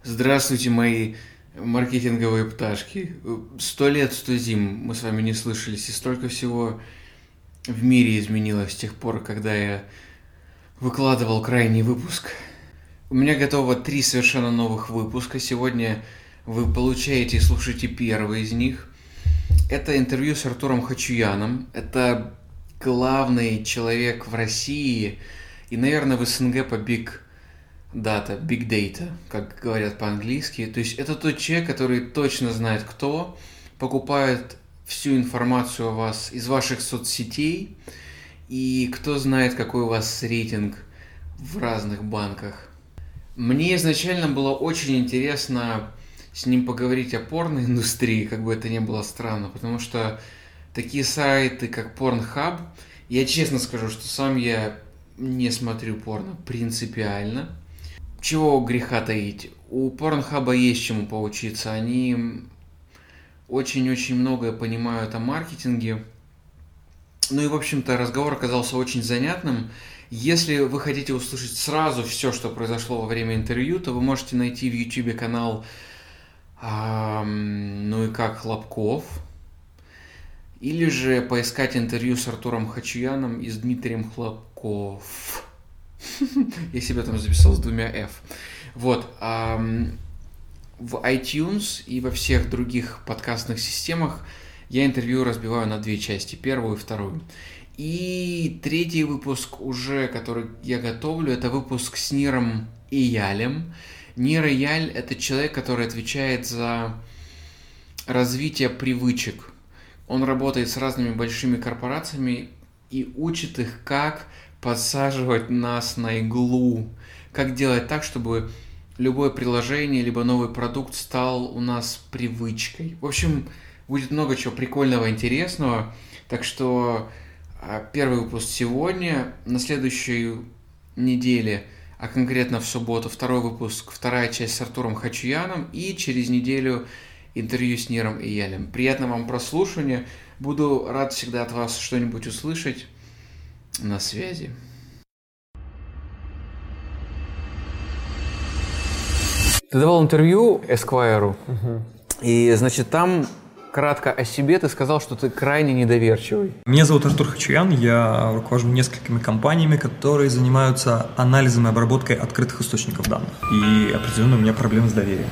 Здравствуйте, мои маркетинговые пташки. 100 лет, 100 зим мы с вами не слышались, и столько всего в мире изменилось с тех пор, когда я выкладывал крайний выпуск. У меня готово 3 совершенно новых выпуска. Сегодня вы получаете и слушаете первый из них. Это интервью с Артуром Хачуяном. Это главный человек в России и, наверное, в СНГ по Big Data, как говорят по-английски. То есть это тот человек, который точно знает, кто покупает всю информацию о вас из ваших соцсетей и кто знает, какой у вас рейтинг в разных банках. Мне изначально было очень интересно с ним поговорить о порноиндустрии, как бы это ни было странно, потому что такие сайты, как Pornhub, я честно скажу, что сам я не смотрю порно принципиально. Чего греха таить? У Pornhub есть чему поучиться. Они очень-очень многое понимают о маркетинге. Ну и, в общем-то, разговор оказался очень занятным. Если вы хотите услышать сразу все, что произошло во время интервью, то вы можете найти в YouTube канал «Ну и как Хлопков», или же поискать интервью с Артуром Хачуяном и с Дмитрием Хлопков. Я себя там записал с 2 F. Вот. В iTunes и во всех других подкастных системах я интервью разбиваю на 2 части. Первую и вторую. И третий выпуск уже, который я готовлю, это выпуск с Ниром Иялем. Нир Ияль – это человек, который отвечает за развитие привычек. Он работает с разными большими корпорациями и учит их, как подсаживать нас на иглу, как делать так, чтобы любое приложение, либо новый продукт стал у нас привычкой. В общем, будет много чего прикольного, интересного. Так что первый выпуск сегодня, на следующей неделе, а конкретно в субботу, второй выпуск, вторая часть с Артуром Хачуяном и через неделю интервью с Ниром Иялем. Приятного вам прослушивания. Буду рад всегда от вас что-нибудь услышать. На связи. Ты давал интервью Esquire, и, значит, там кратко о себе ты сказал, что ты крайне недоверчивый. Меня зовут Артур Хачуян, я руковожу несколькими компаниями, которые занимаются анализом и обработкой открытых источников данных. И определенно у меня проблемы с доверием.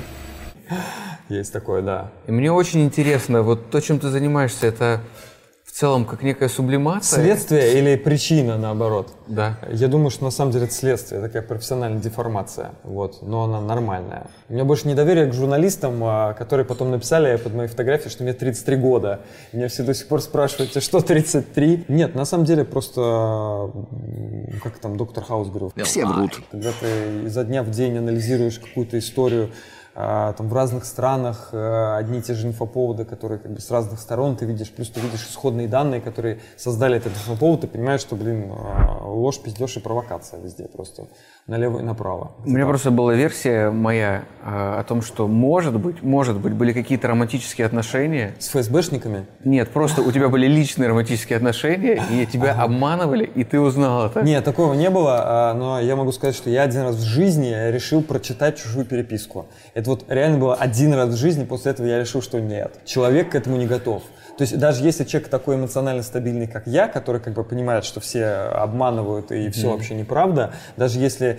Есть такое, да. И мне очень интересно, вот то, чем ты занимаешься, это в целом как некая сублимация? Следствие или причина, наоборот? Да. Я думаю, что на самом деле это следствие, такая профессиональная деформация, вот, но она нормальная. У меня больше недоверие к журналистам, которые потом написали под моей фотографией, что мне 33 года. Меня все до сих пор спрашивают, что 33? Нет, на самом деле просто, как там доктор Хаус говорил, все врут. Когда ты изо дня в день анализируешь какую-то историю, там в разных странах одни и те же инфоповоды, которые как бы с разных сторон ты видишь, плюс ты видишь исходные данные, которые создали этот инфоповод, ты понимаешь, что, ложь, пиздеж и провокация везде просто, налево и направо. У меня просто была версия моя о том, что может быть, были какие-то романтические отношения. С ФСБшниками? Нет, просто у тебя были личные романтические отношения, и тебя обманывали, и ты узнал это. Нет, такого не было, но я могу сказать, что я один раз в жизни решил прочитать чужую переписку. Это вот реально было один раз в жизни, после этого я решил, что нет. Человек к этому не готов. То есть даже если человек такой эмоционально стабильный, как я, который как бы понимает, что все обманывают и все вообще неправда, даже если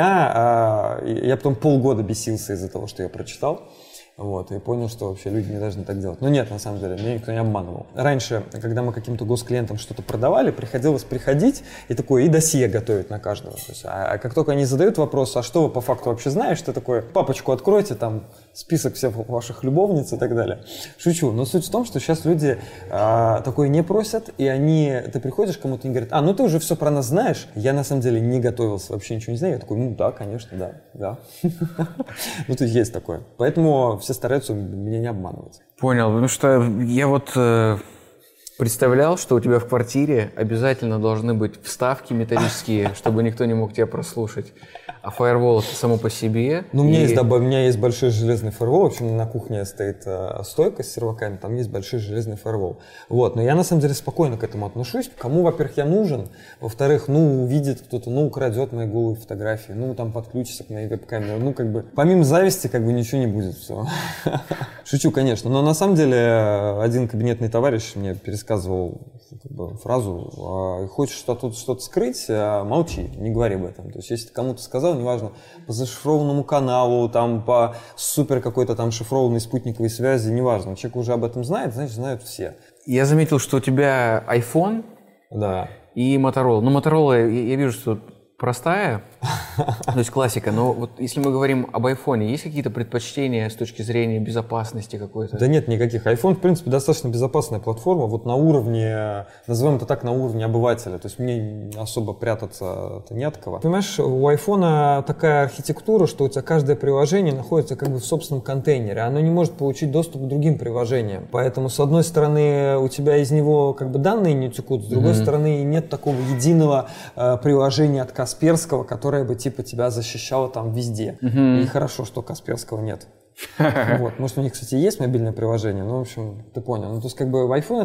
меня, я потом полгода бесился из-за того, что я прочитал, вот, и понял, что вообще люди не должны так делать. Но нет, на самом деле, меня никто не обманывал. Раньше, когда мы каким-то госклиентам что-то продавали, приходилось приходить и досье готовить на каждого. То есть, а как только они задают вопрос, а что вы по факту вообще знаешь, ты такой, папочку откройте, там список всех ваших любовниц и так далее. Шучу, но суть в том, что сейчас люди такое не просят, и ты приходишь к кому-то и говорят, ну ты уже все про нас знаешь. Я на самом деле не готовился, вообще ничего не знаю. Я такой, да, конечно, да. Ну, то есть такое. Поэтому все стараются меня не обманывать. Понял, потому что я вот Представлял, что у тебя в квартире обязательно должны быть вставки металлические, чтобы никто не мог тебя прослушать. А фаервол это само по себе. Ну, у меня есть большой железный фаервол. В общем, на кухне стоит стойка с серваками, там есть большой железный фаервол. Вот. Но я на самом деле спокойно к этому отношусь. Кому, во-первых, я нужен, во-вторых, увидит кто-то, украдет мои голые фотографии, там подключится к моей веб-камере. Помимо зависти, ничего не будет. Все. Шучу, конечно. Но на самом деле один кабинетный товарищ мне пересказывал фразу: хочешь что-то скрыть, молчи, не говори об этом. То есть, если ты кому-то сказал, неважно, по зашифрованному каналу, по супер какой-то шифрованной спутниковой связи, неважно, человек уже об этом знает, значит, знают все. Я заметил, что у тебя iPhone и Motorola. Motorola, я вижу, что простая, то есть классика, но вот если мы говорим об айфоне, есть какие-то предпочтения с точки зрения безопасности какой-то? Да нет никаких. iPhone, в принципе, достаточно безопасная платформа, на уровне, назовем это так, на уровне обывателя, то есть мне особо прятаться-то не от кого. Понимаешь, у iPhone такая архитектура, что у тебя каждое приложение находится в собственном контейнере, оно не может получить доступ к другим приложениям, поэтому с одной стороны у тебя из него данные не текут, с другой стороны нет такого единого приложения от Касперского, которое бы тебя защищало везде. И хорошо, что Касперского нет. Может, у них, кстати, есть мобильное приложение, но, в общем, ты понял. То есть, в iPhone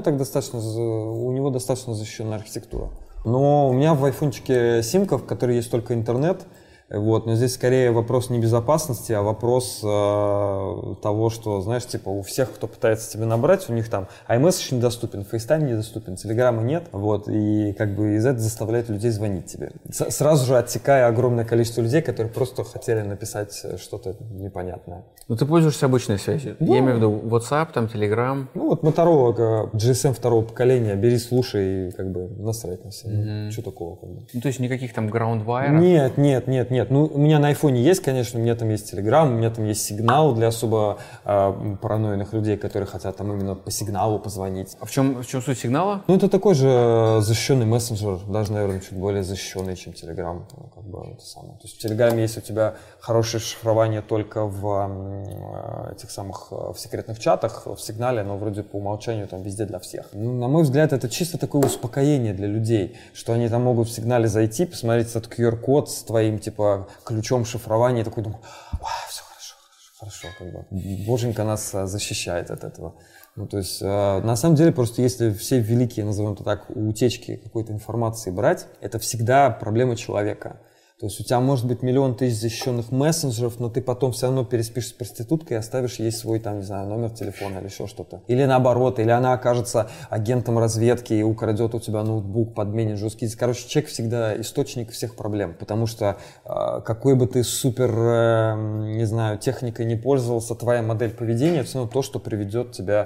у него достаточно защищенная архитектура. Но у меня в айфончике симка, в которой есть только интернет. Но здесь скорее вопрос не безопасности, а вопрос того, что, знаешь, у всех, кто пытается тебя набрать, у них iMessage недоступен, FaceTime недоступен, Telegram нет, и из этого заставляет людей звонить тебе. Сразу же отсекая огромное количество людей, которые просто хотели написать что-то непонятное. Ты пользуешься обычной связью? Я имею в виду WhatsApp, Telegram? Motorola, GSM второго поколения, бери, слушай, и насрать на все. Что такого? То есть никаких GroundWire? Нет. У меня на айфоне есть, конечно, у меня там есть Telegram, у меня там есть сигнал для особо параноидных людей, которые хотят именно по сигналу позвонить. А в чем суть сигнала? Это такой же защищенный мессенджер, даже, наверное, чуть более защищенный, чем Telegram. Это самое. То есть в Телеграме есть у тебя хорошее шифрование только в в секретных чатах, в сигнале, но вроде по умолчанию везде для всех. На мой взгляд, это чисто такое успокоение для людей, что они могут в сигнале зайти, посмотреть этот QR-код с твоим, ключом шифрования, и такой думаю: все хорошо. Боженька нас защищает от этого. То есть, на самом деле, просто если все великие, назовем это так, утечки какой-то информации брать, это всегда проблема человека. То есть у тебя может быть 1 000 000 защищенных мессенджеров, но ты потом все равно переспишь с проституткой и оставишь ей свой, номер телефона или еще что-то. Или наоборот, или она окажется агентом разведки и украдет у тебя ноутбук, подменит жесткий диск. Человек всегда источник всех проблем, потому что какой бы ты супер, техникой не пользовался, твоя модель поведения все равно то, что приведет тебя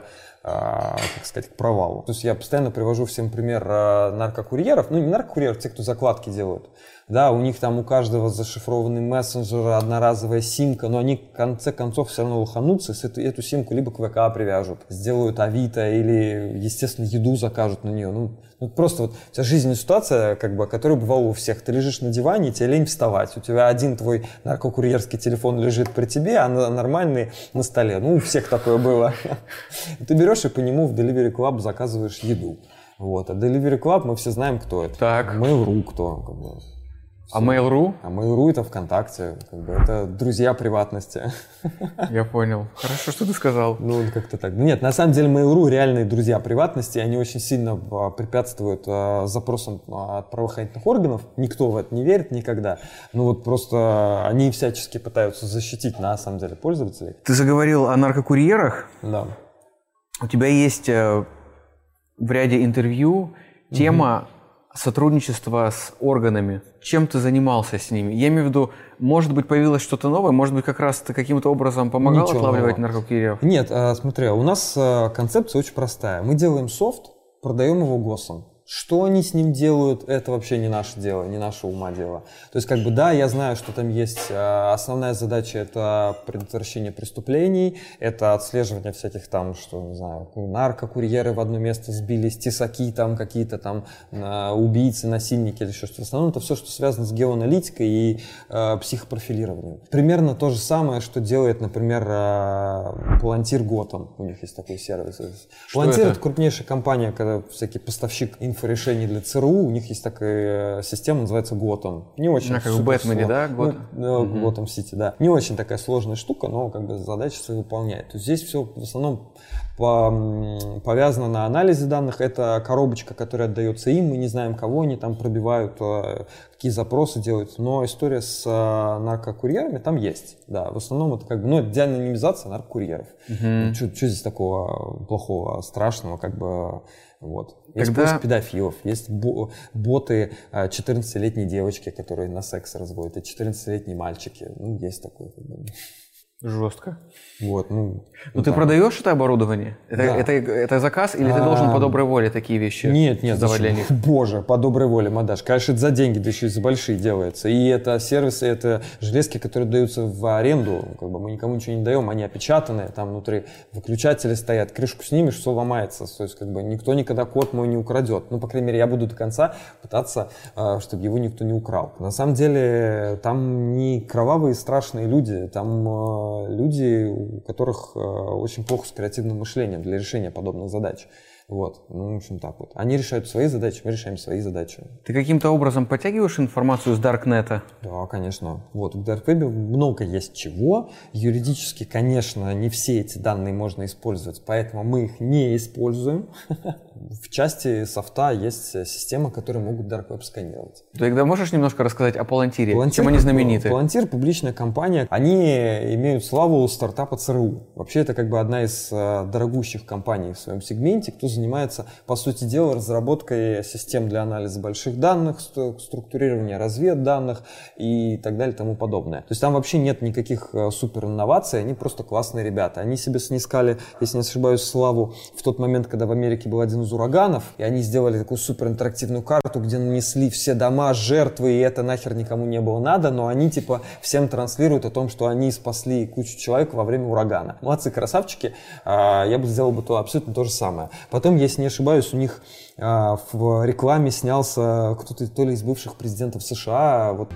к провалу. То есть я постоянно привожу всем пример наркокурьеров, не наркокурьеров, те, кто закладки делают. Да, у них у каждого зашифрованный мессенджер, одноразовая симка, но они в конце концов все равно лоханутся, эту симку либо к ВК привяжут, сделают Авито или, естественно, еду закажут на нее. Просто у тебя жизненная ситуация, которая бывала у всех. Ты лежишь на диване, тебе лень вставать. У тебя один твой наркокурьерский телефон лежит при тебе, а нормальный на столе. У всех такое было. Ты берешь и по нему в Delivery Club заказываешь еду. А Delivery Club мы все знаем, кто это. Так. Mail.ru кто. А Mail.ru? А Mail.ru это ВКонтакте, это друзья приватности. Я понял. Хорошо, что ты сказал. Как-то так. Нет, на самом деле Mail.ru реальные друзья приватности, они очень сильно препятствуют запросам от правоохранительных органов. Никто в это не верит никогда. Просто они всячески пытаются защитить, на самом деле, пользователей. Ты заговорил о наркокурьерах? Да. У тебя есть в ряде интервью тема сотрудничества с органами. Чем ты занимался с ними? Я имею в виду, может быть, появилось что-то новое? Может быть, как раз ты каким-то образом помогал отлавливать наркокурьеров? Нет, смотри, у нас концепция очень простая. Мы делаем софт, продаем его ГОСам. Что они с ним делают, это вообще не наше дело, не наше ума дело. То есть, как бы, да, я знаю, что там есть основная задача — это предотвращение преступлений, это отслеживание всяких там, что, не знаю, наркокурьеры в одно место сбились, тесаки там какие-то там, убийцы, насильники или еще что-то. В основном это все, что связано с геоаналитикой и психопрофилированием. Примерно то же самое, что делает, например, Palantir Gotham. У них есть такой сервис. Palantir — это крупнейшая компания, когда всякий поставщик инфорешений для ЦРУ, у них есть такая система, называется Gotham. Не очень как в Бэтмене, да? Gotham City, да. Не очень такая сложная штука, но как бы задачи свои выполняет. То есть здесь все в основном повязано на анализе данных. Это коробочка, которая отдается им, мы не знаем, кого они там пробивают, какие запросы делают, но история с наркокурьерами там есть. Да, в основном это как бы, это деанонимизация наркокурьеров. Что здесь такого плохого, страшного, как бы, вот. Есть поиск педофилов, есть боты 14-летней девочки, которые на секс разводят, и 14-летние мальчики. Есть такое. Как бы. Жестко. Вот, Но ты продаешь это оборудование? Это заказ, или ты должен по доброй воле такие вещи создавать для них? Боже, по доброй воле, Мадаш. Конечно, это за деньги, да еще и за большие делается. И это сервисы, это железки, которые даются в аренду. Как бы мы никому ничего не даем, они опечатанные, там внутри выключатели стоят, крышку снимешь, все ломается. То есть как бы никто никогда код мой не украдет. По крайней мере, я буду до конца пытаться, чтобы его никто не украл. На самом деле, там не кровавые страшные люди, там люди, у которых очень плохо с креативным мышлением для решения подобных задач. Вот, в общем, так вот. Они решают свои задачи, мы решаем свои задачи. Ты каким-то образом подтягиваешь информацию с Даркнета? Да, конечно. Вот, в Дарквебе много есть чего. Юридически, конечно, не все эти данные можно использовать, поэтому мы их не используем. В части софта есть система, которая могут Dark Web сканировать. Тогда можешь немножко рассказать о Palantir? Чем они знамениты? Palantir — публичная компания. Они имеют славу стартапа ЦРУ. Вообще, это как бы одна из дорогущих компаний в своем сегменте, кто занимается, по сути дела, разработкой систем для анализа больших данных, структурирования разведданных и так далее и тому подобное. То есть там вообще нет никаких супер инноваций, они просто классные ребята. Они себе снискали, если не ошибаюсь, славу в тот момент, когда в Америке был один из ураганов, и они сделали такую супер интерактивную карту, где нанесли все дома, жертвы, и это нахер никому не было надо, но они типа всем транслируют о том, что они спасли кучу человек во время урагана. Молодцы, красавчики, я бы сделал бы абсолютно то же самое. Потом, если не ошибаюсь, у них в рекламе снялся кто-то то ли из бывших президентов США. Вот.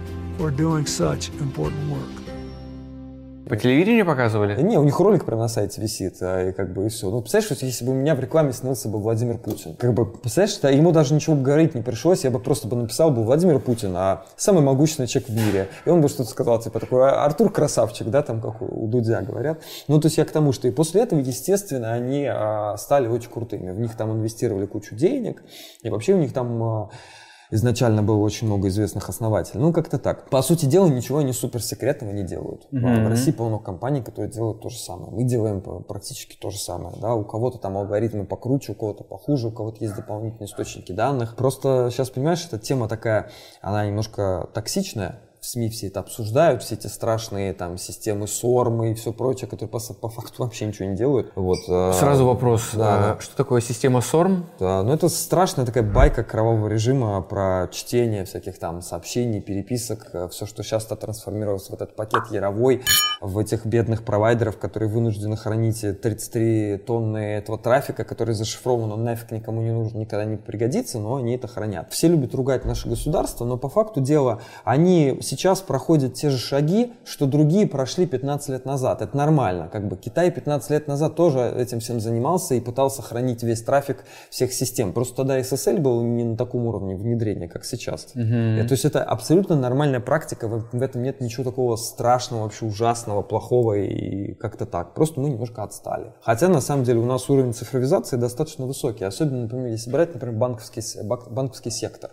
По телевидению показывали? Не, у них ролик прямо на сайте висит, и как бы и все. Представляешь, если бы у меня в рекламе снялся бы Владимир Путин, как бы, представляешь, ему даже ничего говорить не пришлось, я бы просто написал бы Владимир Путин, самый могущественный человек в мире. И он бы что-то сказал, типа такой, Артур красавчик, да, там, как у Дудя говорят. То есть я к тому, что и после этого, естественно, они стали очень крутыми. В них там инвестировали кучу денег, и вообще у них там... Изначально было очень много известных основателей. Как-то так. По сути дела, ничего они суперсекретного не делают. В России полно компаний, которые делают то же самое. Мы делаем практически то же самое. Да? У кого-то там алгоритмы покруче, у кого-то похуже, у кого-то есть дополнительные источники данных. Просто сейчас, понимаешь, эта тема такая, она немножко токсичная. В СМИ все это обсуждают, все эти страшные там системы SORM и все прочее, которые по факту вообще ничего не делают. Вот, Сразу вопрос, что такое система SORM? Да, это страшная такая байка кровавого режима про чтение всяких там сообщений, переписок, все, что сейчас трансформировалось в этот пакет яровой, в этих бедных провайдеров, которые вынуждены хранить 33 тонны этого трафика, который зашифрован, он нафиг никому не нужен, никогда не пригодится, но они это хранят. Все любят ругать наше государство, но по факту дела они сейчас проходят те же шаги, что другие прошли 15 лет назад. Это нормально. Как бы Китай 15 лет назад тоже этим всем занимался и пытался хранить весь трафик всех систем. Просто тогда SSL был не на таком уровне внедрения, как сейчас. То есть это абсолютно нормальная практика. В этом нет ничего такого страшного, вообще ужасного, плохого и как-то так. Просто мы немножко отстали. Хотя на самом деле у нас уровень цифровизации достаточно высокий. Особенно, например, если брать, например, банковский сектор.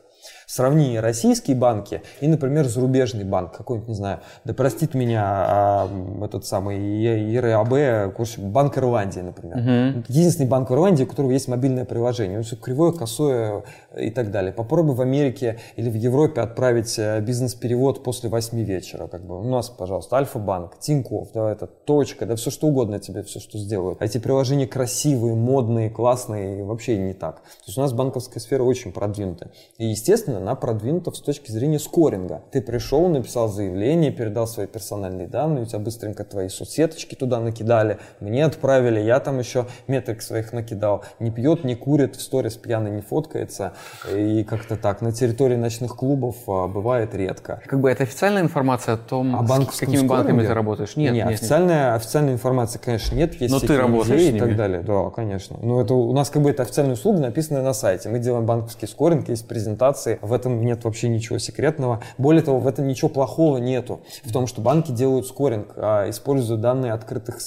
Сравни российские банки и, например, зарубежный банк, какой-нибудь, не знаю, да простит меня этот самый ЕРАБ, Банк Ирландии, например. Единственный банк в Ирландии, у которого есть мобильное приложение. Он все кривое, косое и так далее. Попробуй в Америке или в Европе отправить бизнес-перевод после 8 вечера. Как бы у нас, пожалуйста, Альфа-банк, Тинькофф, да, это точка, да все что угодно тебе, все что сделают. А эти приложения красивые, модные, классные, вообще не так. То есть у нас банковская сфера очень продвинута. И, естественно, она продвинута с точки зрения скоринга. Ты пришел, написал заявление, передал свои персональные данные, у тебя быстренько твои соцсеточки туда накидали, мне отправили, я там еще метрик своих накидал. Не пьет, не курит, в сторис пьяный не фоткается. И как-то так. На территории ночных клубов бывает редко. Как бы это официальная информация о том, с какими скоринге? банками ты работаешь? Нет. Официальной информации, конечно, нет. Есть но ты работаешь с ними? И так далее. Да, конечно. Но это у нас как бы это официальная услуга, написанная на сайте. Мы делаем банковский скоринг, есть презентации. В этом нет вообще ничего секретного. Более того, в этом ничего плохого нету. В том, что банки делают скоринг, используют данные открытых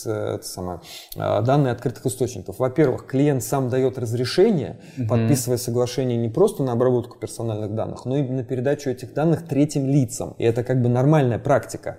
источников. Во-первых, клиент сам дает разрешение, подписывая соглашение не просто на обработку персональных данных, но и на передачу этих данных третьим лицам. И это как бы нормальная практика.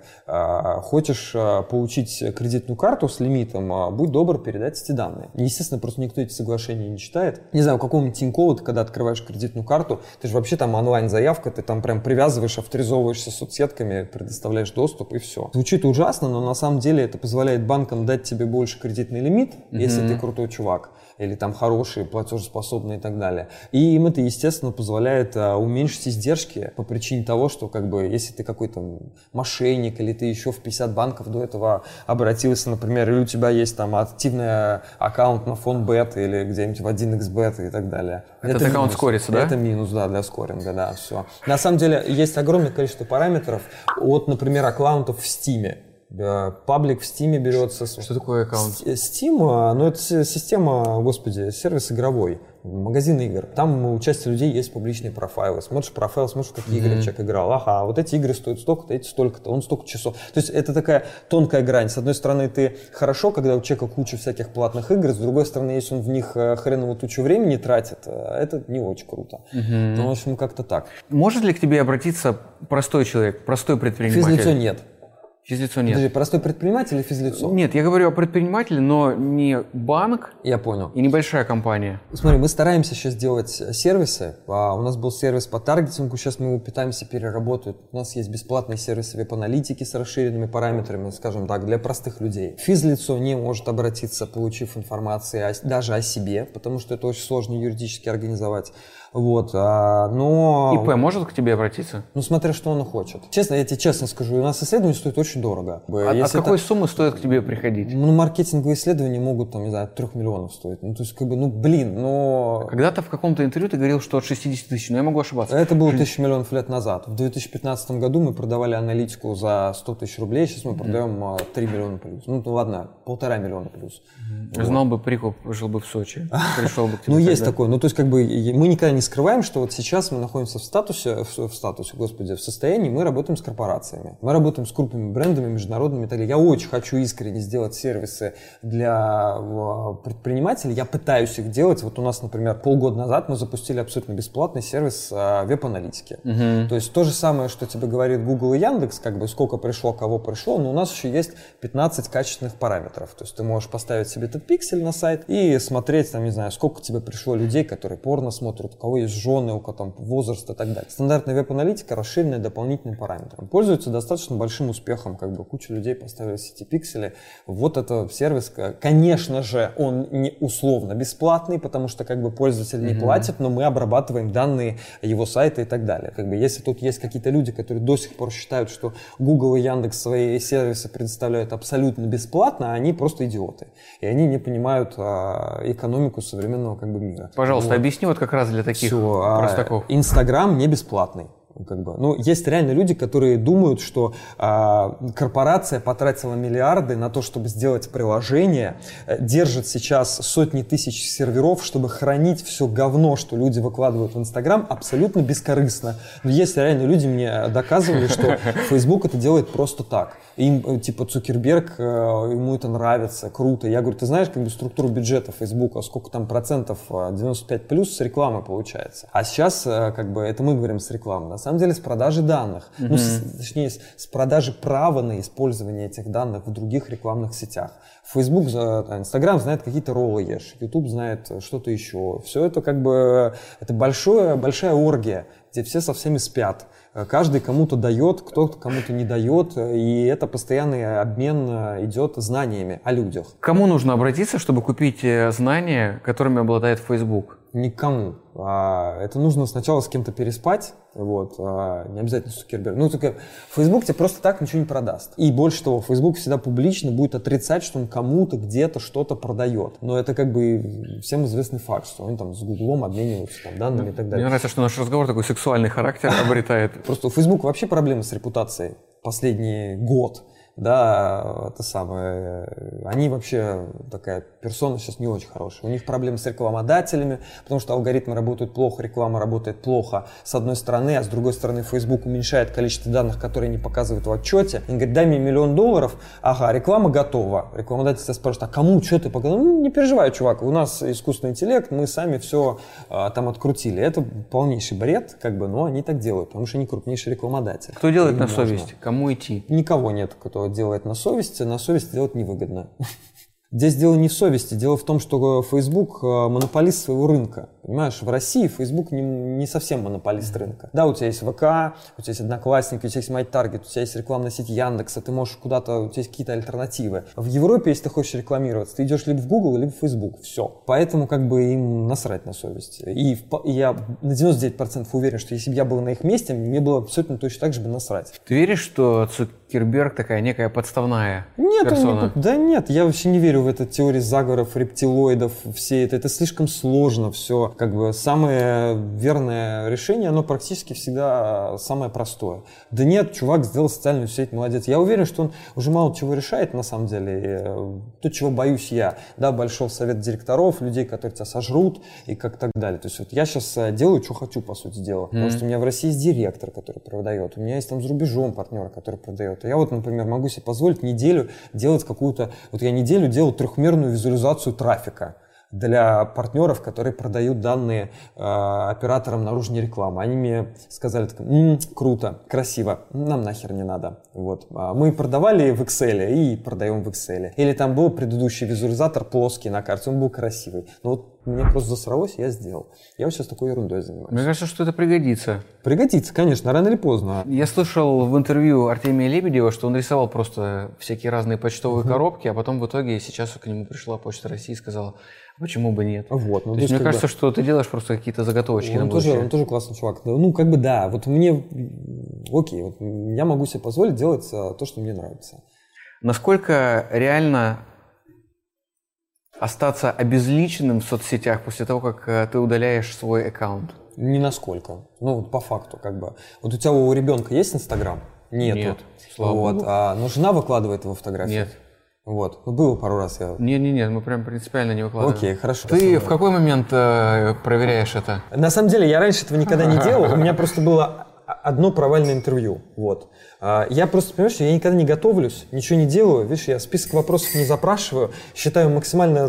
Хочешь получить кредитную карту с лимитом, будь добр передать эти данные. Естественно, просто никто эти соглашения не читает. Не знаю, у какого-нибудь Тинькова ты, когда открываешь кредитную карту, ты же вообще там онлайн-заявка, ты там прям привязываешь, авторизовываешься соцсетками, предоставляешь доступ и все. Звучит ужасно, но на самом деле это позволяет банкам дать тебе больше кредитный лимит, если ты крутой чувак, или там хороший, платежеспособный и так далее. И им это, естественно, позволяет уменьшить издержки по причине того, что как бы если ты какой-то мошенник, или ты еще в 50 банков до этого обратился, например, или у тебя есть там активный аккаунт на Фонбет или где-нибудь в 1xBet и так далее. Этот аккаунт скорится, да? Это минус, да, для скоринга, да, все. На самом деле есть огромное количество параметров от, например, аккаунтов в Steam. Паблик в Steam берется. Что такое аккаунт? Steam, ну это система, господи, сервис игровой, магазин игр. Там у части людей есть публичные профайлы. Смотришь профайл, смотришь, какие игры человек играл. Ага, вот эти игры стоят столько-то, эти столько-то, он столько часов. То есть это такая тонкая грань. С одной стороны, ты хорошо, когда у человека куча всяких платных игр, с другой стороны, если он в них хреново тучу времени тратит, это не очень круто. Ну, в общем, как-то так. Может ли к тебе обратиться простой человек, простой предприниматель? Физлицо нет. Физлицо нет. Подожди, простой предприниматель или физлицо? Нет, я говорю о предпринимателе, но не банк. Я понял. И небольшая компания. Смотри, мы стараемся сейчас делать сервисы. У нас был сервис по таргетингу, сейчас мы его пытаемся переработать. У нас есть бесплатные сервисы веб-аналитики с расширенными параметрами, скажем так, для простых людей. Физлицо не может обратиться, получив информацию даже о себе, потому что это очень сложно юридически организовать. Вот, но... ИП может к тебе обратиться? Ну, смотря что он хочет. Честно, я тебе честно скажу, у нас исследование стоит очень дорого. От какой суммы стоит к тебе приходить? Ну, маркетинговые исследования могут, там, не знаю, от 3 миллионов стоить. Ну, то есть, как бы, ну, блин, но... Когда-то в каком-то интервью ты говорил, что от 60 тысяч, но я могу ошибаться. Это было 1000 миллионов лет назад. В 2015 году мы продавали аналитику за 100 тысяч рублей, сейчас мы продаем 3 миллиона плюс. Ну, ладно, 1,5 миллиона плюс. Знал бы прикуп, жил бы в Сочи, пришел бы к тебе. Ну, есть такое. Ну, то есть, как бы, мы никогда не скрываем, что вот сейчас мы находимся в состоянии, мы работаем с корпорациями. Мы работаем с крупными брендами, международными и так далее. Я очень хочу искренне сделать сервисы для предпринимателей. Я пытаюсь их делать. Вот у нас, например, полгода назад мы запустили абсолютно бесплатный сервис веб-аналитики. То есть то же самое, что тебе говорит Google и Яндекс, как бы сколько пришло, кого пришло, но у нас еще есть 15 качественных параметров. То есть ты можешь поставить себе этот пиксель на сайт и смотреть, там, не знаю, сколько тебе пришло людей, которые порно смотрят, у кого есть жены, у кого там возраст и так далее. Стандартная веб-аналитика, расширенная дополнительным параметром. Пользуется достаточно большим успехом, как бы куча людей поставили эти пиксели. Вот это сервис, конечно же, он не условно бесплатный, потому что как бы пользователь не платит, но мы обрабатываем данные его сайта и так далее. Как бы если тут есть какие-то люди, которые до сих пор считают, что Google и Яндекс свои сервисы предоставляют абсолютно бесплатно, они просто идиоты. И они не понимают экономику современного как бы мира. Пожалуйста, объясни вот как раз для таких простаков. Инстаграм не бесплатный. Как бы. Ну, есть реально люди, которые думают, что корпорация потратила миллиарды на то, чтобы сделать приложение, держит сейчас сотни тысяч серверов, чтобы хранить все говно, что люди выкладывают в Инстаграм, абсолютно бескорыстно. Но есть реально люди, мне доказывали, что Facebook это делает просто так. Им, типа, Цукерберг, ему это нравится, круто. Я говорю, ты знаешь, как бы структуру бюджета Фейсбука, сколько там процентов, 95 плюс с рекламы получается. А сейчас, как бы, это мы говорим с рекламы. На самом деле, с продажи данных. Ну, точнее, с продажи права на использование этих данных в других рекламных сетях. Facebook, Instagram знает какие-то роллы ешь, YouTube знает что-то еще. Все это, как бы, это большая оргия, где все со всеми спят. Каждый кому-то дает, кто-то кому-то не дает, и это постоянный обмен идет знаниями о людях. К кому нужно обратиться, чтобы купить знания, которыми обладает Facebook? Никому. Это нужно сначала с кем-то переспать, вот, не обязательно Цукерберг. Ну, только Facebook тебе просто так ничего не продаст. И больше того, Facebook всегда публично будет отрицать, что он кому-то где-то что-то продает. Но это как бы всем известный факт, что он там с Гуглом обмениваются там данными и так далее. Мне нравится, что наш разговор такой сексуальный характер обретает. Просто у Facebook вообще проблемы с репутацией последний год. Да, это самое, они вообще такая персона сейчас не очень хорошая. У них проблемы с рекламодателями, потому что алгоритмы работают плохо, реклама работает плохо с одной стороны, а с другой стороны Facebook уменьшает количество данных, которые они показывают в отчете. Они говорят, дай мне $1 миллион, ага, реклама готова. Рекламодатель тебя спрашивает, а кому, что ты показал? Ну, не переживай, чувак, у нас искусственный интеллект, мы сами все там открутили. Это полнейший бред, как бы, но они так делают, потому что они крупнейший рекламодатель. Кто делает на совесть? Кому идти? Никого нет, кто делает на совесть делать невыгодно. Здесь дело не в совести, дело в том, что Facebook монополист своего рынка. Понимаешь, в России Facebook не совсем монополист рынка. Да, у тебя есть ВК, у тебя есть Одноклассники, у тебя есть MyTarget, у тебя есть рекламная сеть Яндекса, ты можешь куда-то, у тебя есть какие-то альтернативы. В Европе, если ты хочешь рекламироваться, ты идешь либо в Google, либо в Facebook. Все. Поэтому как бы им насрать на совесть. И я на 99% уверен, что если бы я был на их месте, мне было абсолютно точно так же бы насрать. Ты веришь, что Цукерберг такая некая подставная персона? Да нет, я вообще не верю в эту теорию заговоров, рептилоидов, все это слишком сложно все. Как бы самое верное решение, оно практически всегда самое простое. Да нет, чувак сделал социальную сеть, молодец. Я уверен, что он уже мало чего решает на самом деле. То, чего боюсь я. Да, большой совет директоров, людей, которые тебя сожрут и как так далее. То есть вот я сейчас делаю, что хочу, по сути дела. Потому что у меня в России есть директор, который продает. У меня есть там за рубежом партнер, который продает. Я вот, например, могу себе позволить неделю делать какую-то... Вот я неделю делал трехмерную визуализацию трафика для партнеров, которые продают данные операторам наружной рекламы. Они мне сказали, круто, красиво, нам нахер не надо. Вот. Мы продавали в Excel и продаем в Excel. Или там был предыдущий визуализатор плоский на карте, он был красивый. Но вот мне просто засралось, я сделал. Я вот сейчас такой ерундой занимаюсь. Мне кажется, что это пригодится. Пригодится, конечно, рано или поздно. Я слышал в интервью Артемия Лебедева, что он рисовал просто всякие разные почтовые коробки, а потом в итоге сейчас к нему пришла Почта России и сказала, почему бы нет. Вот, то есть мне кажется, что ты делаешь просто какие-то заготовочки на будущее. Он тоже классный чувак. Ну, как бы да, вот мне, окей, вот я могу себе позволить делать то, что мне нравится. Насколько реально остаться обезличенным в соцсетях после того, как ты удаляешь свой аккаунт? Ни насколько. Ну, вот по факту, как бы. Вот у тебя у ребенка есть Инстаграм? Нет, слава богу. Но жена выкладывает его фотографии? Нет. Вот. Ну, было пару раз я... Нет, мы прям принципиально не выкладываем. Окей, хорошо. Ты в какой момент проверяешь это? На самом деле, я раньше этого никогда не делал. У меня просто было одно провальное интервью. Вот. Я просто, понимаешь, я никогда не готовлюсь, ничего не делаю. Видишь, я список вопросов не запрашиваю. Считаю максимально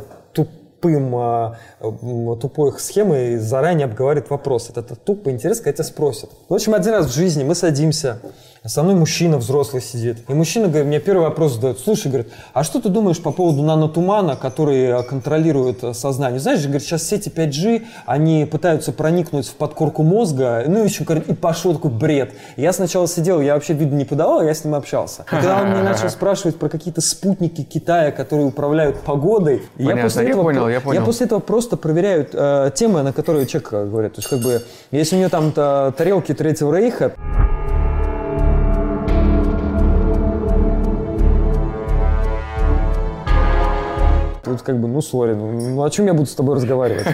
тупой их схемой и заранее обговаривает вопрос. Это тупо интересно, когда тебя спросят. В общем, один раз в жизни мы садимся, со мной мужчина взрослый сидит. И мужчина говорит, мне первый вопрос задает. Слушай, говорит, а что ты думаешь по поводу нанотумана, который контролирует сознание? Знаешь, говорит, сейчас сети 5G, они пытаются проникнуть в подкорку мозга. Ну, еще, говорит, и пошел такой бред. Я сначала сидел, я вообще виду не подавал, я с ним общался. И когда он мне начал спрашивать про какие-то спутники Китая, которые управляют погодой, я после этого просто проверяю темы, на которые человек говорит. То есть, как бы, если у него там тарелки Третьего Рейха, Тут как бы, сори, о чем я буду с тобой разговаривать?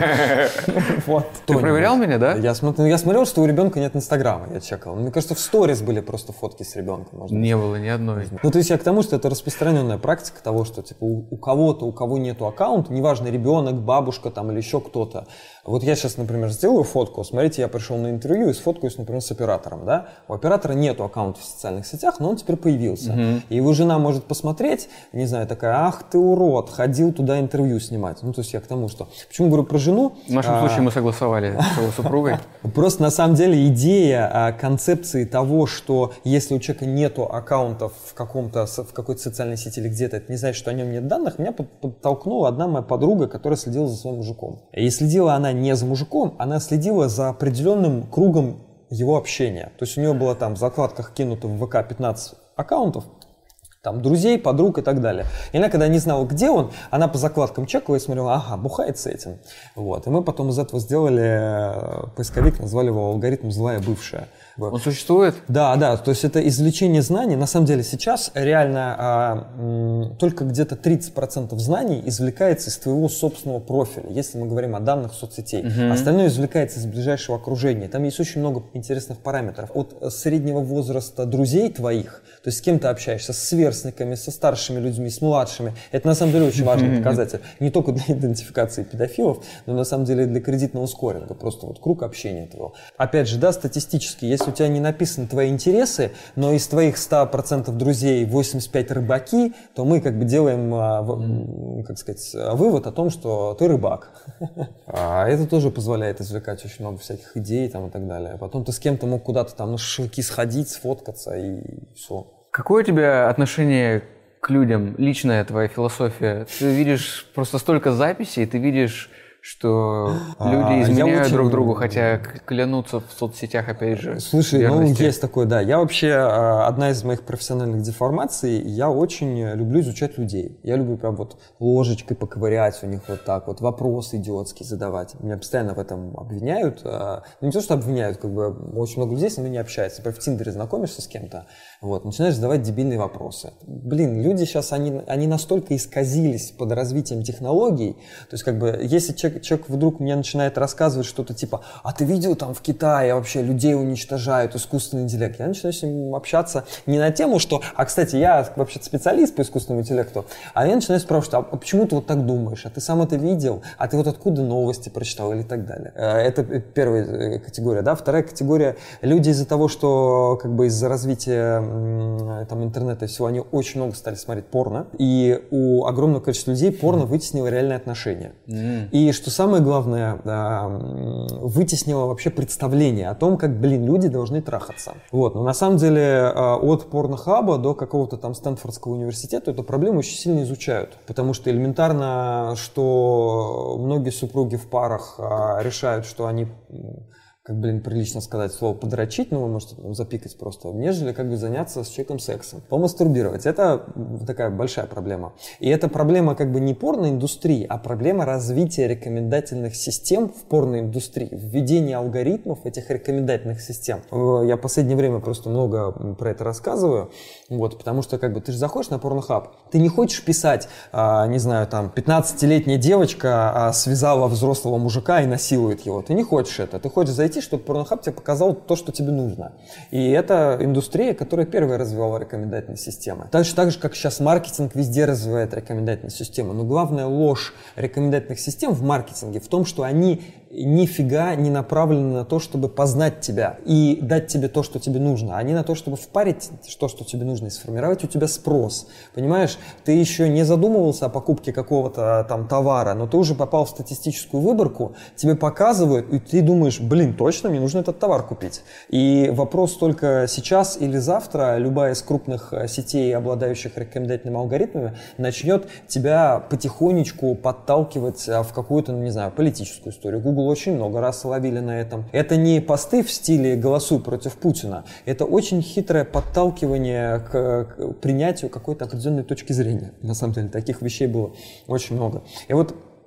Ты проверял меня, да? Я смотрел, что у ребенка нет Инстаграма, я чекал. Мне кажется, в сторис были просто фотки с ребенком. Не было ни одной. То есть я к тому, что это распространенная практика того, что типа у кого-то, у кого нету аккаунта, неважно, ребенок, бабушка там или еще кто-то. Вот я сейчас, например, сделаю фотку, смотрите, я пришел на интервью и сфоткаюсь, например, с оператором, да? У оператора нету аккаунта в социальных сетях, но он теперь появился. И его жена может посмотреть, не знаю, такая, ах ты урод, ходил туда интервью снимать. То есть я к тому, что... Почему говорю про жену? В нашем случае мы согласовали с его супругой. Просто на самом деле идея концепции того, что если у человека нету аккаунтов в какой-то социальной сети или где-то, это не значит, что о нем нет данных, меня подтолкнула одна моя подруга, которая следила за своим мужиком. И следила она не за мужиком, она следила за определенным кругом его общения. То есть у нее было там в закладках кинуто в ВК 15 аккаунтов, там друзей, подруг и так далее. И она, когда не знала, где он, она по закладкам чекала и смотрела, ага, бухает с этим. Вот. И мы потом из этого сделали поисковик, назвали его алгоритм «Злая бывшая». Он существует? Да, то есть это извлечение знаний. На самом деле сейчас реально только где-то 30% знаний извлекается из твоего собственного профиля, если мы говорим о данных соцсетей. Остальное извлекается из ближайшего окружения. Там есть очень много интересных параметров. От среднего возраста друзей твоих, то есть с кем ты общаешься, с сверстниками, со старшими людьми, с младшими. Это на самом деле очень важный показатель. Не только для идентификации педофилов, но на самом деле и для кредитного скоринга. Просто вот круг общения твоего. Опять же, да, статистически, если у тебя не написаны твои интересы, но из твоих 100% друзей 85 рыбаки, то мы как бы делаем, как сказать, вывод о том, что ты рыбак. А это тоже позволяет извлекать очень много всяких идей там, и так далее. Потом ты с кем-то мог куда-то там на шашлыки сходить, сфоткаться и все. Какое у тебя отношение к людям, личная твоя философия? Ты видишь просто столько записей, ты видишь, что люди изменяют друг другу, хотя клянутся в соцсетях, опять же. Слушай, есть такое, да. Я вообще, одна из моих профессиональных деформаций, я очень люблю изучать людей. Я люблю прям вот ложечкой поковырять у них вот так вот, вопросы идиотские задавать. Меня постоянно в этом обвиняют. Не то, что обвиняют, как бы очень много людей со мной не общаются. Например, в Тиндере знакомишься с кем-то, вот, начинаешь задавать дебильные вопросы. Блин, люди сейчас, они настолько исказились под развитием технологий, то есть как бы, если человек вдруг мне начинает рассказывать что-то типа, а ты видел там в Китае вообще людей уничтожают, искусственный интеллект, я начинаю с ним общаться не на тему, что, кстати, я вообще специалист по искусственному интеллекту, а я начинаю спрашивать, а почему ты вот так думаешь, а ты сам это видел, а ты вот откуда новости прочитал или так далее. Это первая категория, да. Вторая категория, люди из-за того, что как бы из-за развития там интернета и всего, они очень много стали смотреть порно, и у огромного количества людей порно вытеснило реальные отношения. И что самое главное, вытеснило вообще представление о том, как, люди должны трахаться. Вот. Но на самом деле от порнохаба до какого-то там Стэнфордского университета эту проблему очень сильно изучают. Потому что элементарно, что многие супруги в парах решают, что они... как, прилично сказать слово подрочить, вы можете запикать просто, нежели как бы заняться с человеком сексом. Помастурбировать. Это такая большая проблема. И это проблема как бы не порноиндустрии, а проблема развития рекомендательных систем в порноиндустрии, введения алгоритмов этих рекомендательных систем. Я в последнее время просто много про это рассказываю, вот, потому что как бы ты же заходишь на порнохаб, ты не хочешь писать, не знаю, там, 15-летняя девочка связала взрослого мужика и насилует его. Ты не хочешь это. Ты хочешь зайти, чтобы порнохаб тебе показал то, что тебе нужно. И это индустрия, которая первая развивала рекомендательные системы. Так же, как сейчас маркетинг везде развивает рекомендательные системы. Но главная ложь рекомендательных систем в маркетинге в том, что они нифига не направлены на то, чтобы познать тебя и дать тебе то, что тебе нужно. Они на то, чтобы впарить то, что тебе нужно, и сформировать у тебя спрос. Понимаешь, ты еще не задумывался о покупке какого-то там товара, но ты уже попал в статистическую выборку, тебе показывают, и ты думаешь, точно, мне нужно этот товар купить. И вопрос только сейчас или завтра любая из крупных сетей, обладающих рекомендательными алгоритмами, начнет тебя потихонечку подталкивать в какую-то, не знаю, политическую историю. Google очень много раз ловили на этом. Это не посты в стиле «голосуй против Путина». Это очень хитрое подталкивание к принятию какой-то определенной точки зрения. На самом деле, таких вещей было очень много. И вот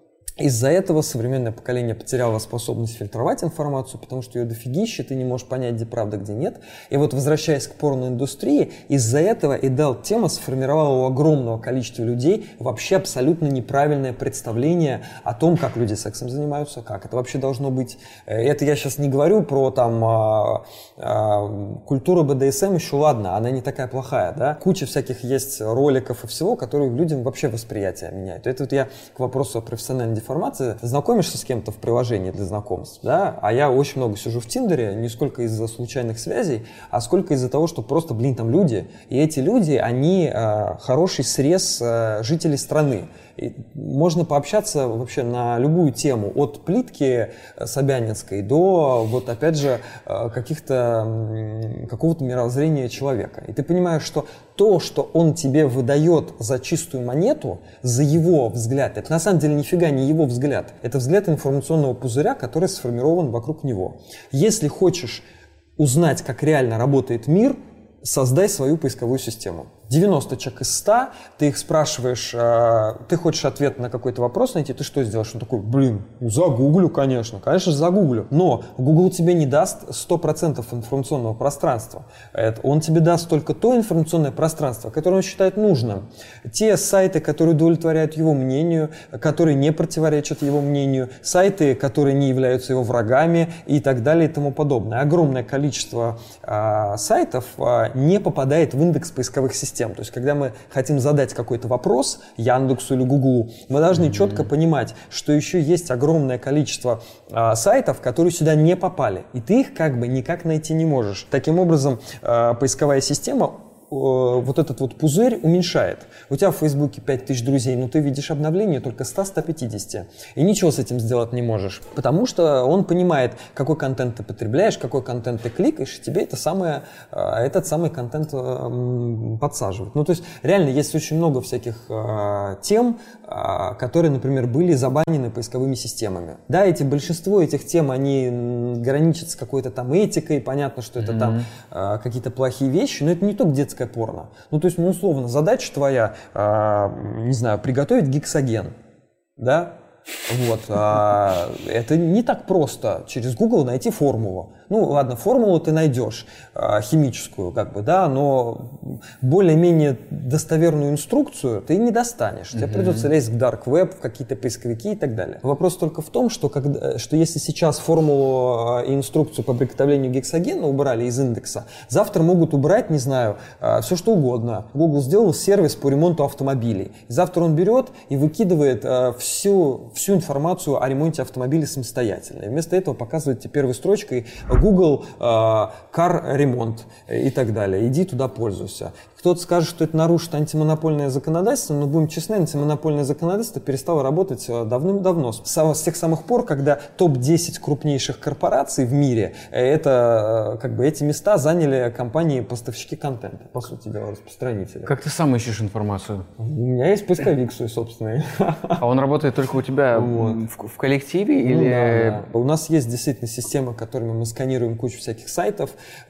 Из-за этого современное поколение потеряло способность фильтровать информацию, потому что ее дофигища, ты не можешь понять, где правда, где нет. И вот, возвращаясь к порноиндустрии, из-за этого тема сформировала у огромного количества людей вообще абсолютно неправильное представление о том, как люди сексом занимаются, как это вообще должно быть. Это я сейчас не говорю про культуру БДСМ, еще ладно, она не такая плохая, да. Куча всяких есть роликов и всего, которые людям вообще восприятие меняют. Это вот я к вопросу о профессиональной деформации. Знакомишься с кем-то в приложении для знакомств, да, а я очень много сижу в Тиндере, не сколько из-за случайных связей, а сколько из-за того, что просто, там люди, и эти люди, они хороший срез жителей страны. И можно пообщаться вообще на любую тему, от плитки собянинской до, вот опять же, какого-то мировоззрения человека. И ты понимаешь, что то, что он тебе выдает за чистую монету, за его взгляд, это на самом деле нифига не его взгляд. Это взгляд информационного пузыря, который сформирован вокруг него. Если хочешь узнать, как реально работает мир, создай свою поисковую систему. 90 человек из 100, ты их спрашиваешь, ты хочешь ответ на какой-то вопрос найти, ты что сделаешь? Он такой, загуглю, конечно загуглю. Но Google тебе не даст 100% информационного пространства. Он тебе даст только то информационное пространство, которое он считает нужным. Те сайты, которые удовлетворяют его мнению, которые не противоречат его мнению, сайты, которые не являются его врагами и так далее и тому подобное. Огромное количество сайтов не попадает в индекс поисковых систем. То есть, когда мы хотим задать какой-то вопрос Яндексу или Гуглу, мы должны четко понимать, что еще есть огромное количество сайтов, которые сюда не попали. И ты их никак найти не можешь. Таким образом, поисковая система вот этот вот пузырь уменьшает. У тебя в Фейсбуке 5000 друзей, но ты видишь обновление только 100-150. И ничего с этим сделать не можешь. Потому что он понимает, какой контент ты потребляешь, какой контент ты кликаешь, и тебе этот самый контент подсаживает. То есть реально есть очень много всяких тем, которые, например, были забанены поисковыми системами. Да, большинство этих тем, они граничат с какой-то там этикой, понятно, что это там какие-то плохие вещи, но это не только детское порно. То есть, условно, задача твоя, не знаю, приготовить гексоген, да? Это не так просто через Google найти формулу. Ладно, формулу ты найдешь, химическую, но более-менее достоверную инструкцию ты не достанешь. Тебе придется лезть в Dark Web, в какие-то поисковики и так далее. Вопрос только в том, что если сейчас формулу и инструкцию по приготовлению гексогена убрали из индекса, завтра могут убрать, не знаю, все что угодно. Google сделал сервис по ремонту автомобилей. И завтра он берет и выкидывает всю информацию о ремонте автомобиля самостоятельно. И вместо этого показывает тебе первой строчкой Google Car ремонт и так далее. Иди туда, пользуйся. Кто-то скажет, что это нарушит антимонопольное законодательство, но будем честны, антимонопольное законодательство перестало работать давным-давно. С тех самых пор, когда топ-10 крупнейших корпораций в мире, это эти места заняли компании-поставщики контента, по сути дела, распространители. Как ты сам ищешь информацию? У меня есть поисковик свой собственный. А он работает только у тебя в коллективе? Или... Да. У нас есть действительно система, которыми мы сканируем кучу всяких сайтов.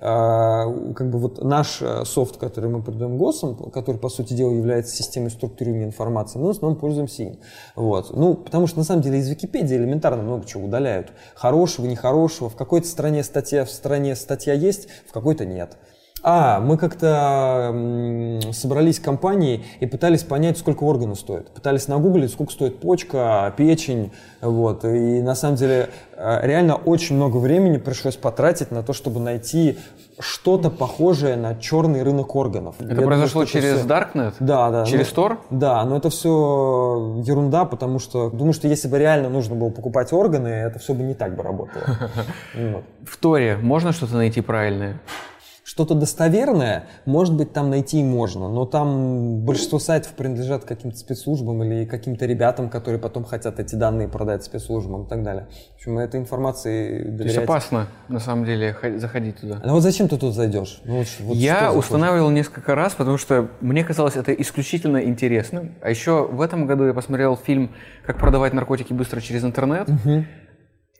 Наш софт, который мы придумали, ГОСом, который, по сути дела, является системой структурирования информации, мы в основном пользуемся им. Потому что, на самом деле, из Википедии элементарно много чего удаляют. Хорошего, нехорошего. В какой-то стране статья есть, в какой-то нет. Мы как-то собрались компанией и пытались понять, сколько органов стоит. Пытались нагуглить, сколько стоит почка, печень. И на самом деле реально очень много времени пришлось потратить на то, чтобы найти что-то похожее на черный рынок органов. Это произошло через Darknet? Да. Через Tor? Да, но это все ерунда, потому что думаю, что если бы реально нужно было покупать органы, это все бы не так бы работало. В Торе можно что-то найти правильное? Что-то достоверное, может быть, там найти и можно, но там большинство сайтов принадлежат каким-то спецслужбам или каким-то ребятам, которые потом хотят эти данные продать спецслужбам и так далее. В общем, этой информации доверять... То есть опасно, на самом деле, заходить туда. А зачем ты тут зайдешь? Я устанавливал несколько раз, потому что мне казалось это исключительно интересным. А еще в этом году я посмотрел фильм «Как продавать наркотики быстро через интернет».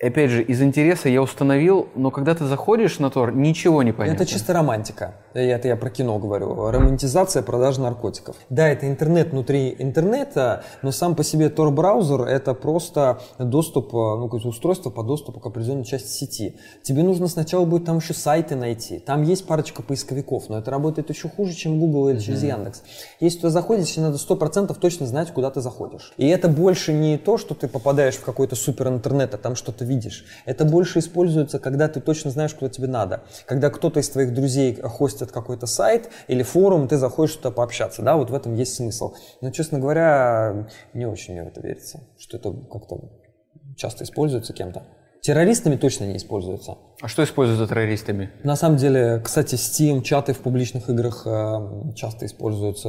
опять же, из интереса я установил, но когда ты заходишь на Тор, ничего не понятно. Это чисто романтика. Это я про кино говорю. Романтизация продажи наркотиков. Да, это интернет внутри интернета, но сам по себе Tor-браузер — это просто доступ, устройство по доступу к определенной части сети. Тебе нужно сначала будет там еще сайты найти. Там есть парочка поисковиков, но это работает еще хуже, чем Google или через Яндекс. Если туда заходишь, надо 100% точно знать, куда ты заходишь. И это больше не то, что ты попадаешь в какой-то супер интернет, а там что-то видишь. Это больше используется, когда ты точно знаешь, куда тебе надо. Когда кто-то из твоих друзей хостит какой-то сайт или форум, ты заходишь туда пообщаться. Да, вот в этом есть смысл. Но, честно говоря, не очень мне в это верится, что это как-то часто используется кем-то. Террористами точно не используется. А что используют террористами? На самом деле, кстати, Steam, чаты в публичных играх часто используются.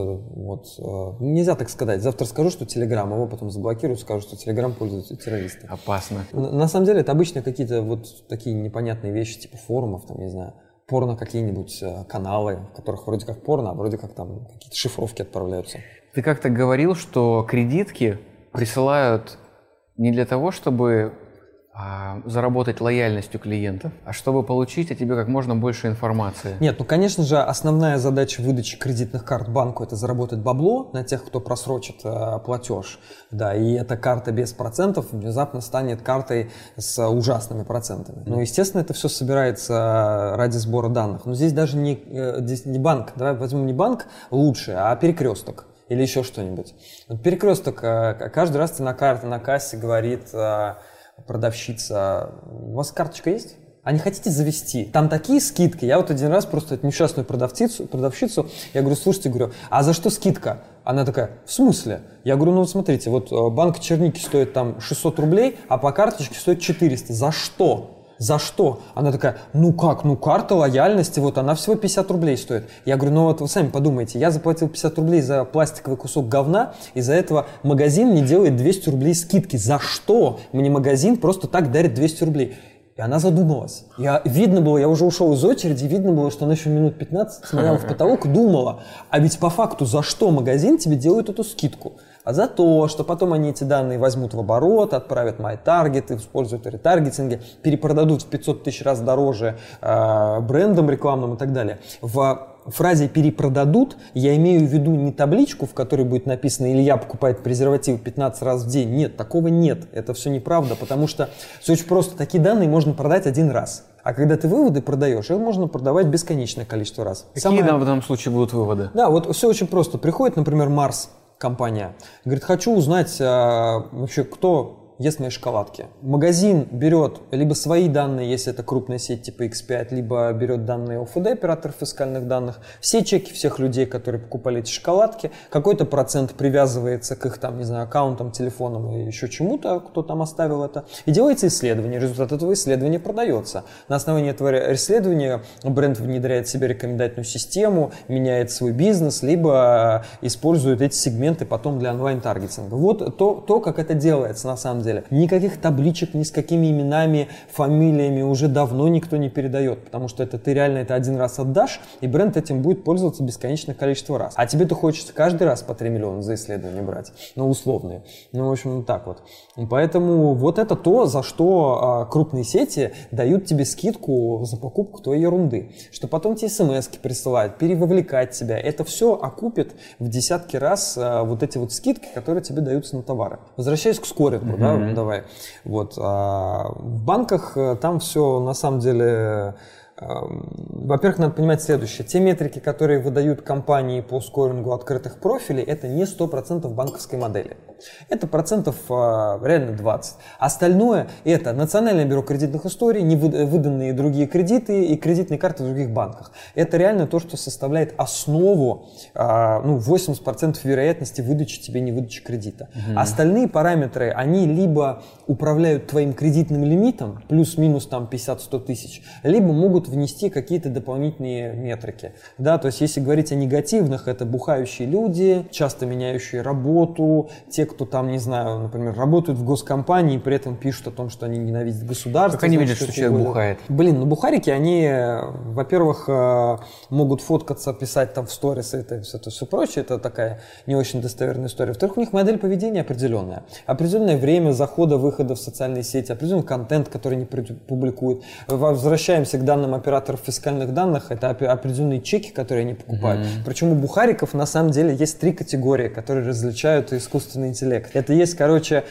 Нельзя так сказать. Завтра скажу, что Telegram, его потом заблокируют, скажут, что Telegram пользуются террористами. Опасно. На самом деле, это обычно какие-то такие непонятные вещи, типа форумов, там, не знаю, порно какие-нибудь каналы, в которых вроде как порно, а вроде как там какие-то шифровки отправляются. Ты как-то говорил, что кредитки присылают не для того, чтобы заработать лояльностью клиентов, а чтобы получить о тебе как можно больше информации. Нет, конечно же, основная задача выдачи кредитных карт банку — это заработать бабло на тех, кто просрочит платеж. Да, и эта карта без процентов внезапно станет картой с ужасными процентами. Ну, естественно, это все собирается ради сбора данных. Но здесь даже здесь не банк, давай возьмем не банк лучше, а Перекресток. Или еще что-нибудь. Перекресток каждый раз ты на кассе говорит продавщица: у вас карточка есть? А не хотите завести? Там такие скидки. Я один раз просто эту несчастную продавщицу, я говорю: слушайте, а за что скидка? Она такая: в смысле? Я говорю: смотрите, банк черники стоит там 600 рублей, а по карточке стоит 400. За что? За что? Она такая: карта лояльности, она всего 50 рублей стоит. Я говорю: вы сами подумайте, я заплатил 50 рублей за пластиковый кусок говна, из-за этого магазин не делает 200 рублей скидки. За что мне магазин просто так дарит 200 рублей? И она задумалась. Видно было, я уже ушел из очереди, видно было, что она еще минут 15 смотрела в потолок, думала, а ведь по факту за что магазин тебе делает эту скидку? А за то, что потом они эти данные возьмут в оборот, отправят MyTarget, используют ретаргетинги, перепродадут в 500 тысяч раз дороже брендам рекламным и так далее. В фразе «перепродадут» я имею в виду не табличку, в которой будет написано «Илья покупает презервативы 15 раз в день». Нет, такого нет. Это все неправда, потому что все очень просто. Такие данные можно продать один раз. А когда ты выводы продаешь, их можно продавать бесконечное количество раз. Какие в данном случае будут выводы? Да, все очень просто. Приходит, например, Марс, компания, говорит: хочу узнать вообще, кто ест мои шоколадки. Магазин берет либо свои данные, если это крупная сеть типа X5, либо берет данные ОФД, оператор фискальных данных, все чеки всех людей, которые покупали эти шоколадки, какой-то процент привязывается к их аккаунтам, телефонам или еще чему-то, кто там оставил это, и делается исследование. Результат этого исследования продается. На основании этого исследования бренд внедряет себе рекомендательную систему, меняет свой бизнес, либо использует эти сегменты потом для онлайн-таргетинга. Вот то, как это делается на самом деле. Никаких табличек ни с какими именами, фамилиями уже давно никто не передает, потому что ты реально это один раз отдашь, и бренд этим будет пользоваться бесконечное количество раз. А тебе-то хочется каждый раз по 3 миллиона за исследование брать, условные. В общем, так вот. Поэтому это то, за что крупные сети дают тебе скидку за покупку твоей ерунды. Что потом тебе смс-ки присылают, перевовлекать тебя. Это все окупит в десятки раз эти скидки, которые тебе даются на товары. Возвращаясь к скорингу, давай. В банках там все на самом деле... Во-первых, надо понимать следующее. Те метрики, которые выдают компании по скорингу открытых профилей, это не 100% банковской модели. Это процентов реально 20. Остальное это Национальное бюро кредитных историй, невыданные другие кредиты и кредитные карты в других банках. Это реально то, что составляет основу 80% вероятности выдачи тебе невыдачи кредита. Остальные параметры, они либо управляют твоим кредитным лимитом, плюс-минус 50-100 тысяч, либо могут внести какие-то дополнительные метрики. Да, то есть если говорить о негативных, это бухающие люди, часто меняющие работу, те, кто там, не знаю, например, работают в госкомпании, при этом пишут о том, что они ненавидят государство. Как они видят, что человек бухает? Блин, ну бухарики, они, во-первых, могут фоткаться, писать там в сторис, это все прочее, это такая не очень достоверная история. Во-вторых, у них модель поведения определенная. Определенное время захода, выхода в социальные сети, определенный контент, который они публикуют. Возвращаемся к данным операторов фискальных данных, это определенные чеки, которые они покупают. Причем у бухариков на самом деле есть 3 категории, которые различают искусственный интеллект. Это есть, короче,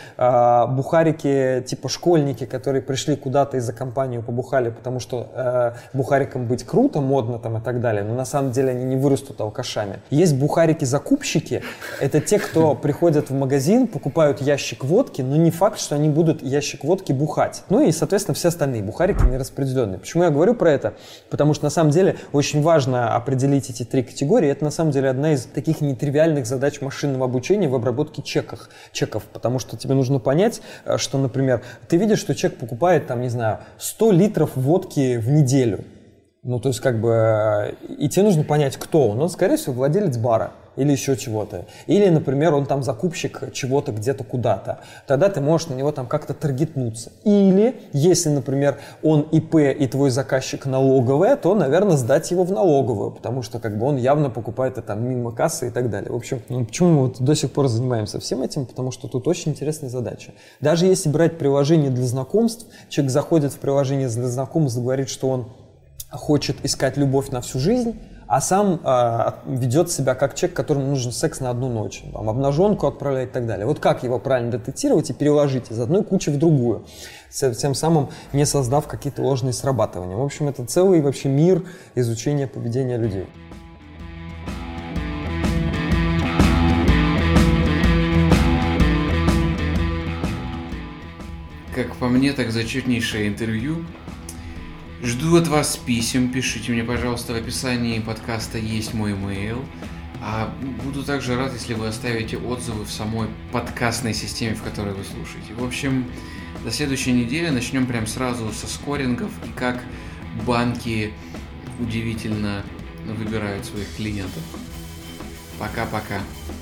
бухарики типа школьники, которые пришли куда-то и за компанию побухали, потому что бухарикам быть круто, модно там и так далее, но на самом деле они не вырастут алкашами. Есть бухарики-закупщики, это те, кто приходят в магазин, покупают ящик водки, но не факт, что они будут ящик водки бухать. Ну и, соответственно, все остальные бухарики нераспределенные. Почему я говорю про это? Потому что на самом деле очень важно определить эти 3 категории. Это на самом деле одна из таких нетривиальных задач машинного обучения в обработке чеков. Потому что тебе нужно понять, что, например, ты видишь, что человек покупает, там, не знаю, 100 литров водки в неделю. Ну, то есть, как бы, и тебе нужно понять, кто он. Он, скорее всего, владелец бара или еще чего-то. Или, например, он там закупщик чего-то где-то куда-то. Тогда ты можешь на него там как-то таргетнуться. Или, если, например, он ИП и твой заказчик налоговая, то, наверное, сдать его в налоговую, потому что, как бы, он явно покупает это там мимо кассы и так далее. В общем, почему мы вот до сих пор занимаемся всем этим? Потому что тут очень интересная задача. Даже если брать приложение для знакомств, человек заходит в приложение для знакомств и говорит, что он хочет искать любовь на всю жизнь, а сам ведет себя как человек, которому нужен секс на одну ночь, там, обнаженку отправляет и так далее. Вот как его правильно детектировать и переложить из одной кучи в другую, тем самым не создав какие-то ложные срабатывания. В общем, это целый вообще мир изучения поведения людей. Как по мне, так зачетнейшее интервью. Жду от вас писем, пишите мне, пожалуйста, в описании подкаста есть мой имейл. А буду также рад, если вы оставите отзывы в самой подкастной системе, в которой вы слушаете. В общем, до следующей недели начнем прям сразу со скорингов и как банки удивительно выбирают своих клиентов. Пока-пока.